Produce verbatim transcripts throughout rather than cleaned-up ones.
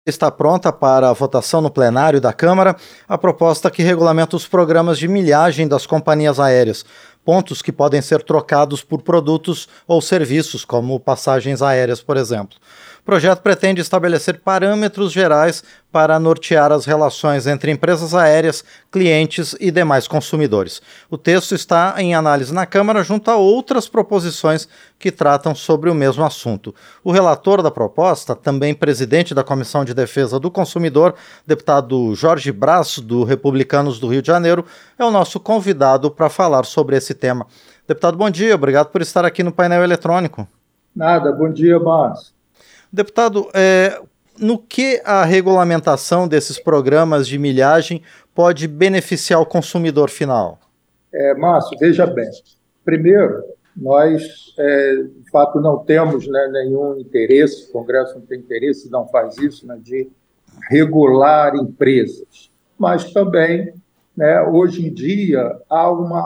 Está pronta para a votação no plenário da Câmara a proposta que regulamenta os programas de milhagem das companhias aéreas, pontos que podem ser trocados por produtos ou serviços, como passagens aéreas, por exemplo. O projeto pretende estabelecer parâmetros gerais para nortear as relações entre empresas aéreas, clientes e demais consumidores. O texto está em análise na Câmara junto a outras proposições que tratam sobre o mesmo assunto. O relator da proposta, também presidente da Comissão de Defesa do Consumidor, deputado Jorge Brás, do Republicanos do Rio de Janeiro, é o nosso convidado para falar sobre esse tema. Deputado, bom dia, obrigado por estar aqui no painel eletrônico. Nada, bom dia, Márcio. Deputado, é, no que a regulamentação desses programas de milhagem pode beneficiar o consumidor final? É, Márcio, veja bem. Primeiro, nós, é, de fato, não temos, né, nenhum interesse, o Congresso não tem interesse, não faz isso, né, de regular empresas. Mas também, né, hoje em dia, há uma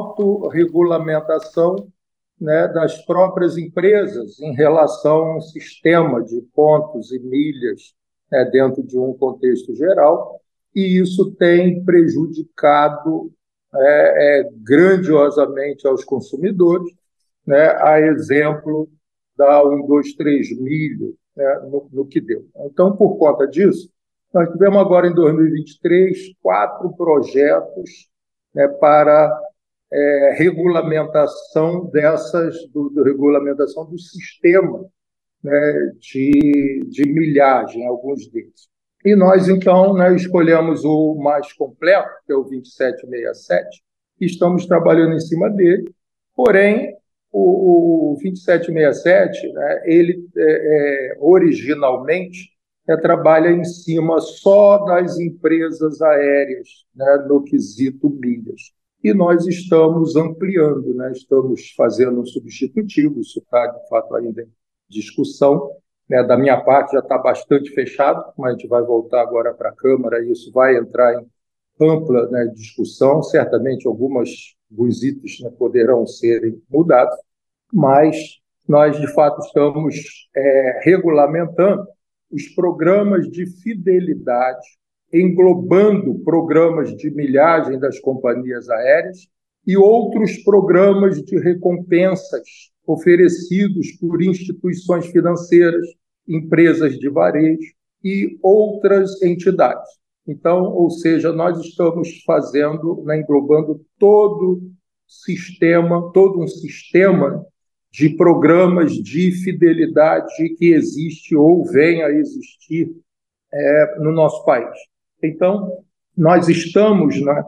autorregulamentação, né, das próprias empresas em relação a um sistema de pontos e milhas, né, dentro de um contexto geral, e isso tem prejudicado é, é, grandiosamente aos consumidores, né, a exemplo da um, dois, três milhas, né, no, no que deu. Então, por conta disso, nós tivemos agora em dois mil e vinte e três quatro projetos, né, para É, regulamentação dessas, do, do regulamentação do sistema, né, de, de milhagem, alguns deles. E nós, então, né, escolhemos o mais completo, que é o vinte e sete sessenta e sete, e estamos trabalhando em cima dele. Porém, o, o vinte e sete sessenta e sete, né, ele é, é, originalmente é, trabalha em cima só das empresas aéreas, né, no quesito milhas. E nós estamos ampliando, né? Estamos fazendo um substitutivo, isso está, de fato, ainda em discussão. Né? Da minha parte, já está bastante fechado, mas a gente vai voltar agora para a Câmara e isso vai entrar em ampla, né, discussão. Certamente, algumas, alguns itens, né, poderão ser mudados, mas nós, de fato, estamos é, regulamentando os programas de fidelidade, englobando programas de milhagem das companhias aéreas e outros programas de recompensas oferecidos por instituições financeiras, empresas de varejo e outras entidades. Então, ou seja, nós estamos fazendo, né, englobando todo sistema, todo um sistema de programas de fidelidade que existe ou venha a existir é, no nosso país. Então, nós estamos, né,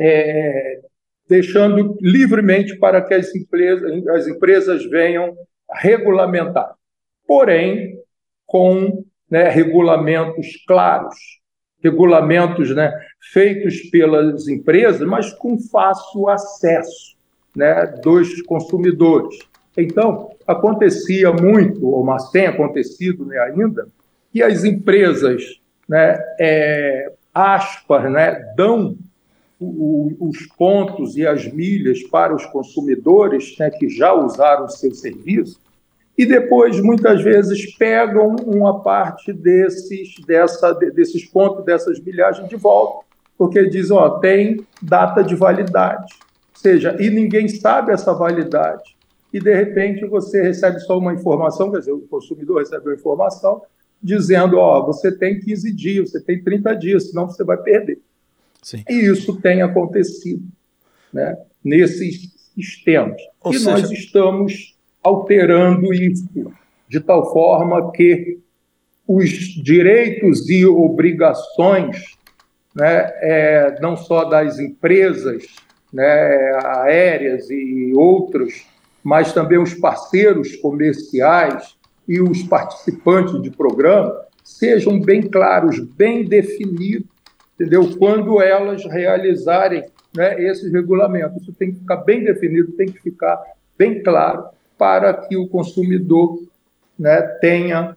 é, deixando livremente para que as empresas, as empresas venham regulamentar, porém, com, né, regulamentos claros, regulamentos, né, feitos pelas empresas, mas com fácil acesso, né, dos consumidores. Então, acontecia muito, mas tem acontecido, né, ainda, que as empresas, né, é, aspas, né, dão o, os pontos e as milhas para os consumidores, né, que já usaram o seu serviço, e depois, muitas vezes, pegam uma parte desses, dessa, desses pontos, dessas milhagens de volta, porque dizem, ó, tem data de validade. Ou seja, e ninguém sabe essa validade. E, de repente, você recebe só uma informação, quer dizer, o consumidor recebe uma informação, dizendo, ó, você tem quinze dias, você tem trinta dias, senão você vai perder. Sim. E isso tem acontecido, né, nesses sistemas. Ou e seja... nós estamos alterando isso de tal forma que os direitos e obrigações, né, é, não só das empresas, né, aéreas e outros, mas também os parceiros comerciais e os participantes de programa sejam bem claros, bem definidos, entendeu? Quando elas realizarem, né, esses regulamentos. Isso tem que ficar bem definido, tem que ficar bem claro para que o consumidor, né, tenha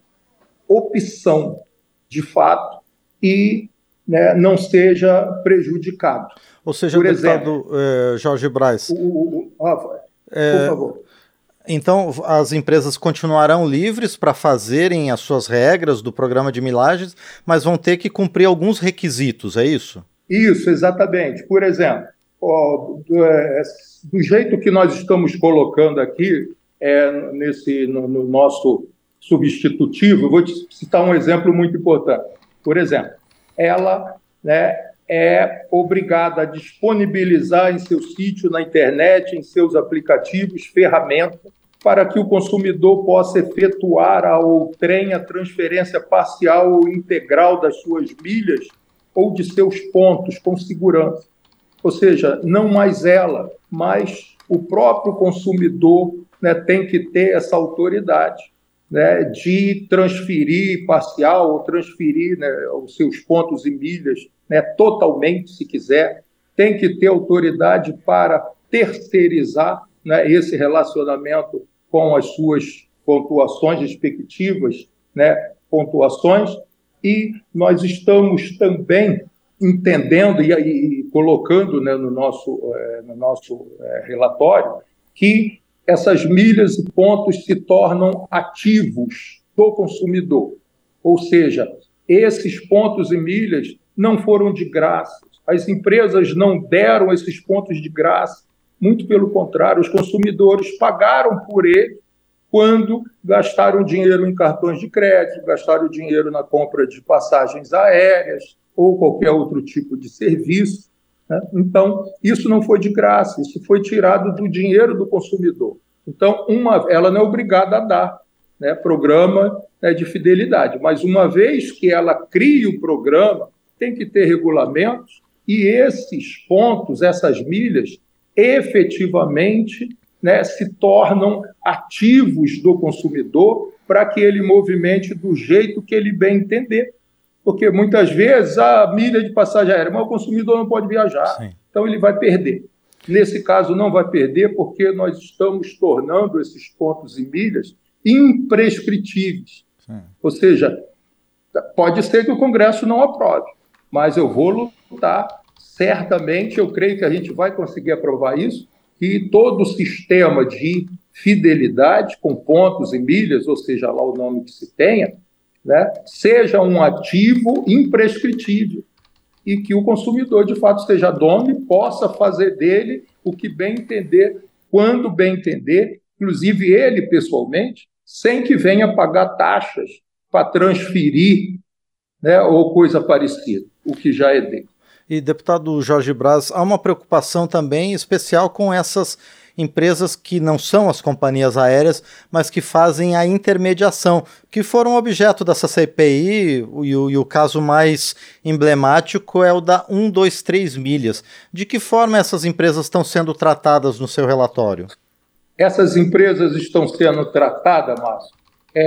opção de fato e, né, não seja prejudicado. Ou seja, por deputado exemplo, eh, Jorge Brás, o, o, o, Rafa, é, por favor. Então, as empresas continuarão livres para fazerem as suas regras do programa de milagens, mas vão ter que cumprir alguns requisitos, é isso? Isso, exatamente. Por exemplo, ó, do, é, do jeito que nós estamos colocando aqui, é, nesse, no, no nosso substitutivo, eu vou te citar um exemplo muito importante. Por exemplo, ela, né, é obrigada a disponibilizar em seu sítio, na internet, em seus aplicativos, ferramentas para que o consumidor possa efetuar a outrem a transferência parcial ou integral das suas milhas ou de seus pontos com segurança. Ou seja, não mais ela, mas o próprio consumidor, né, tem que ter essa autoridade, né, de transferir parcial ou transferir, né, os seus pontos e milhas, né, totalmente, se quiser. Tem que ter autoridade para terceirizar, né, esse relacionamento com as suas pontuações respectivas, né, pontuações. E nós estamos também entendendo e, e, e colocando, né, no nosso, é, no nosso é, relatório que essas milhas e pontos se tornam ativos do consumidor. Ou seja, esses pontos e milhas não foram de graça. As empresas não deram esses pontos de graça. Muito pelo contrário, os consumidores pagaram por ele quando gastaram dinheiro em cartões de crédito, gastaram dinheiro na compra de passagens aéreas ou qualquer outro tipo de serviço, né? Então, isso não foi de graça, isso foi tirado do dinheiro do consumidor. Então, uma, ela não é obrigada a dar, né, programa, né, de fidelidade, mas uma vez que ela cria o programa, tem que ter regulamentos e esses pontos, essas milhas, efetivamente, né, se tornam ativos do consumidor para que ele movimente do jeito que ele bem entender. Porque muitas vezes a milha de passagem aérea, mas o consumidor não pode viajar, Sim. Então ele vai perder. Nesse caso, não vai perder porque nós estamos tornando esses pontos e milhas imprescritíveis. Sim. Ou seja, pode ser que o Congresso não aprove, mas eu vou lutar, certamente, eu creio que a gente vai conseguir aprovar isso, que todo o sistema de fidelidade com pontos e milhas, ou seja, lá o nome que se tenha, né, seja um ativo imprescritível e que o consumidor, de fato, seja dono e possa fazer dele o que bem entender, quando bem entender, inclusive ele pessoalmente, sem que venha pagar taxas para transferir, né, ou coisa parecida, o que já é dele. E, deputado Jorge Braz, há uma preocupação também especial com essas empresas que não são as companhias aéreas, mas que fazem a intermediação, que foram objeto dessa C P I, e o, e o caso mais emblemático é o da um dois três Milhas. De que forma essas empresas estão sendo tratadas no seu relatório? Essas empresas estão sendo tratadas, Márcio,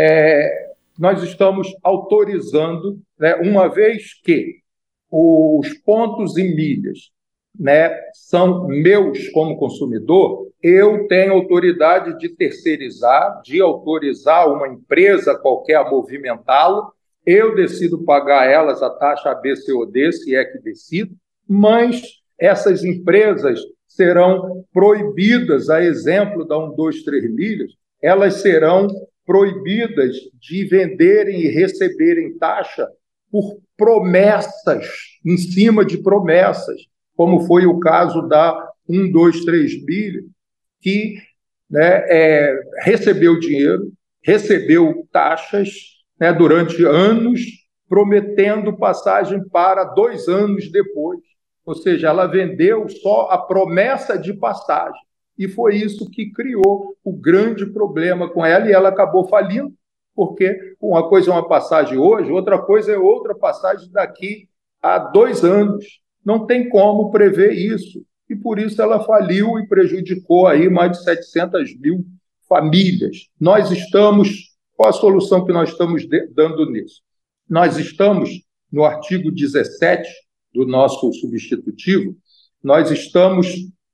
é, nós estamos autorizando, né, uma vez que os pontos e milhas, né, são meus como consumidor, eu tenho autoridade de terceirizar, de autorizar uma empresa qualquer a movimentá-lo, eu decido pagar a elas a taxa A B C ou D, se é que decido, mas essas empresas serão proibidas, a exemplo da um dois três Milhas, elas serão proibidas de venderem e receberem taxa por promessas, em cima de promessas, como foi o caso da um dois três Milhas, que, né, é, recebeu dinheiro, recebeu taxas, né, durante anos, prometendo passagem para dois anos depois. Ou seja, ela vendeu só a promessa de passagem. E foi isso que criou o grande problema com ela, e ela acabou falindo, porque uma coisa é uma passagem hoje, outra coisa é outra passagem daqui a dois anos. Não tem como prever isso. E por isso ela faliu e prejudicou aí mais de setecentas mil famílias. Nós estamos... Qual a solução que nós estamos dando nisso? Nós estamos, no artigo dezessete do nosso substitutivo, nós estamos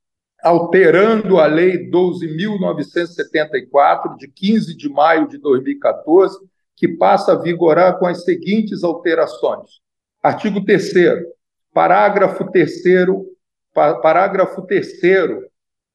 alterando a Lei doze mil novecentos e setenta e quatro, de quinze de maio de dois mil e quatorze, que passa a vigorar com as seguintes alterações. Artigo terceiro, parágrafo terceiro, parágrafo terceiro,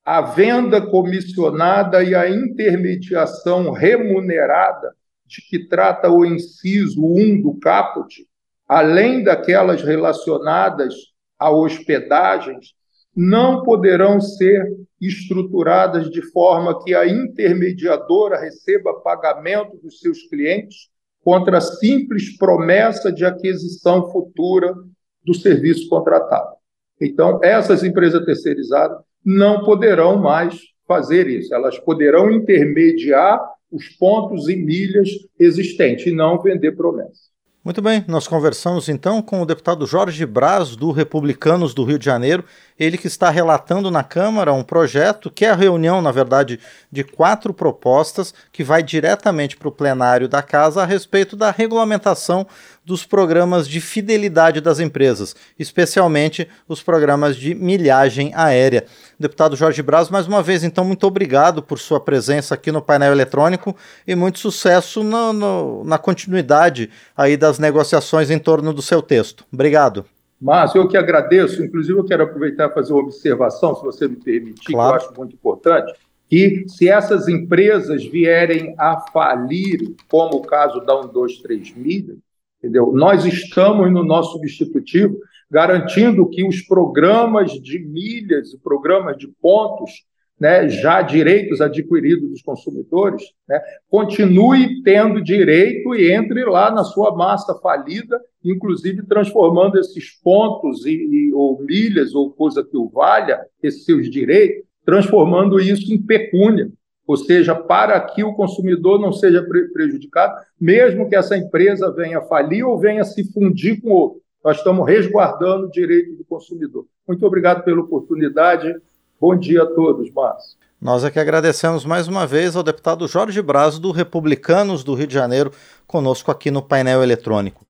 a venda comissionada e a intermediação remunerada, de que trata o inciso um do caput, além daquelas relacionadas a hospedagens, não poderão ser estruturadas de forma que a intermediadora receba pagamento dos seus clientes contra a simples promessa de aquisição futura do serviço contratado. Então, essas empresas terceirizadas não poderão mais fazer isso. Elas poderão intermediar os pontos e milhas existentes e não vender promessas. Muito bem, nós conversamos então com o deputado Jorge Braz, do Republicanos do Rio de Janeiro, ele que está relatando na Câmara um projeto que é a reunião, na verdade, de quatro propostas que vai diretamente para o plenário da Casa a respeito da regulamentação dos programas de fidelidade das empresas, especialmente os programas de milhagem aérea. Deputado Jorge Braz, mais uma vez, então, muito obrigado por sua presença aqui no painel eletrônico e muito sucesso no, no, na continuidade aí das negociações em torno do seu texto. Obrigado. Márcio, eu que agradeço. Inclusive, eu quero aproveitar e fazer uma observação, se você me permitir, claro, que eu acho muito importante, que se essas empresas vierem a falir, como o caso da um, dois, três milhas, entendeu? Nós estamos no nosso substitutivo garantindo que os programas de milhas e programas de pontos, né, já direitos adquiridos dos consumidores, né, continue tendo direito e entre lá na sua massa falida, inclusive transformando esses pontos e, e, ou milhas ou coisa que o valha, esses seus direitos, transformando isso em pecúnia, ou seja, para que o consumidor não seja prejudicado, mesmo que essa empresa venha falir ou venha se fundir com outro. Nós estamos resguardando o direito do consumidor. Muito obrigado pela oportunidade. Bom dia a todos, Márcio. Nós é que agradecemos mais uma vez ao deputado Jorge Braz, do Republicanos do Rio de Janeiro, conosco aqui no painel eletrônico.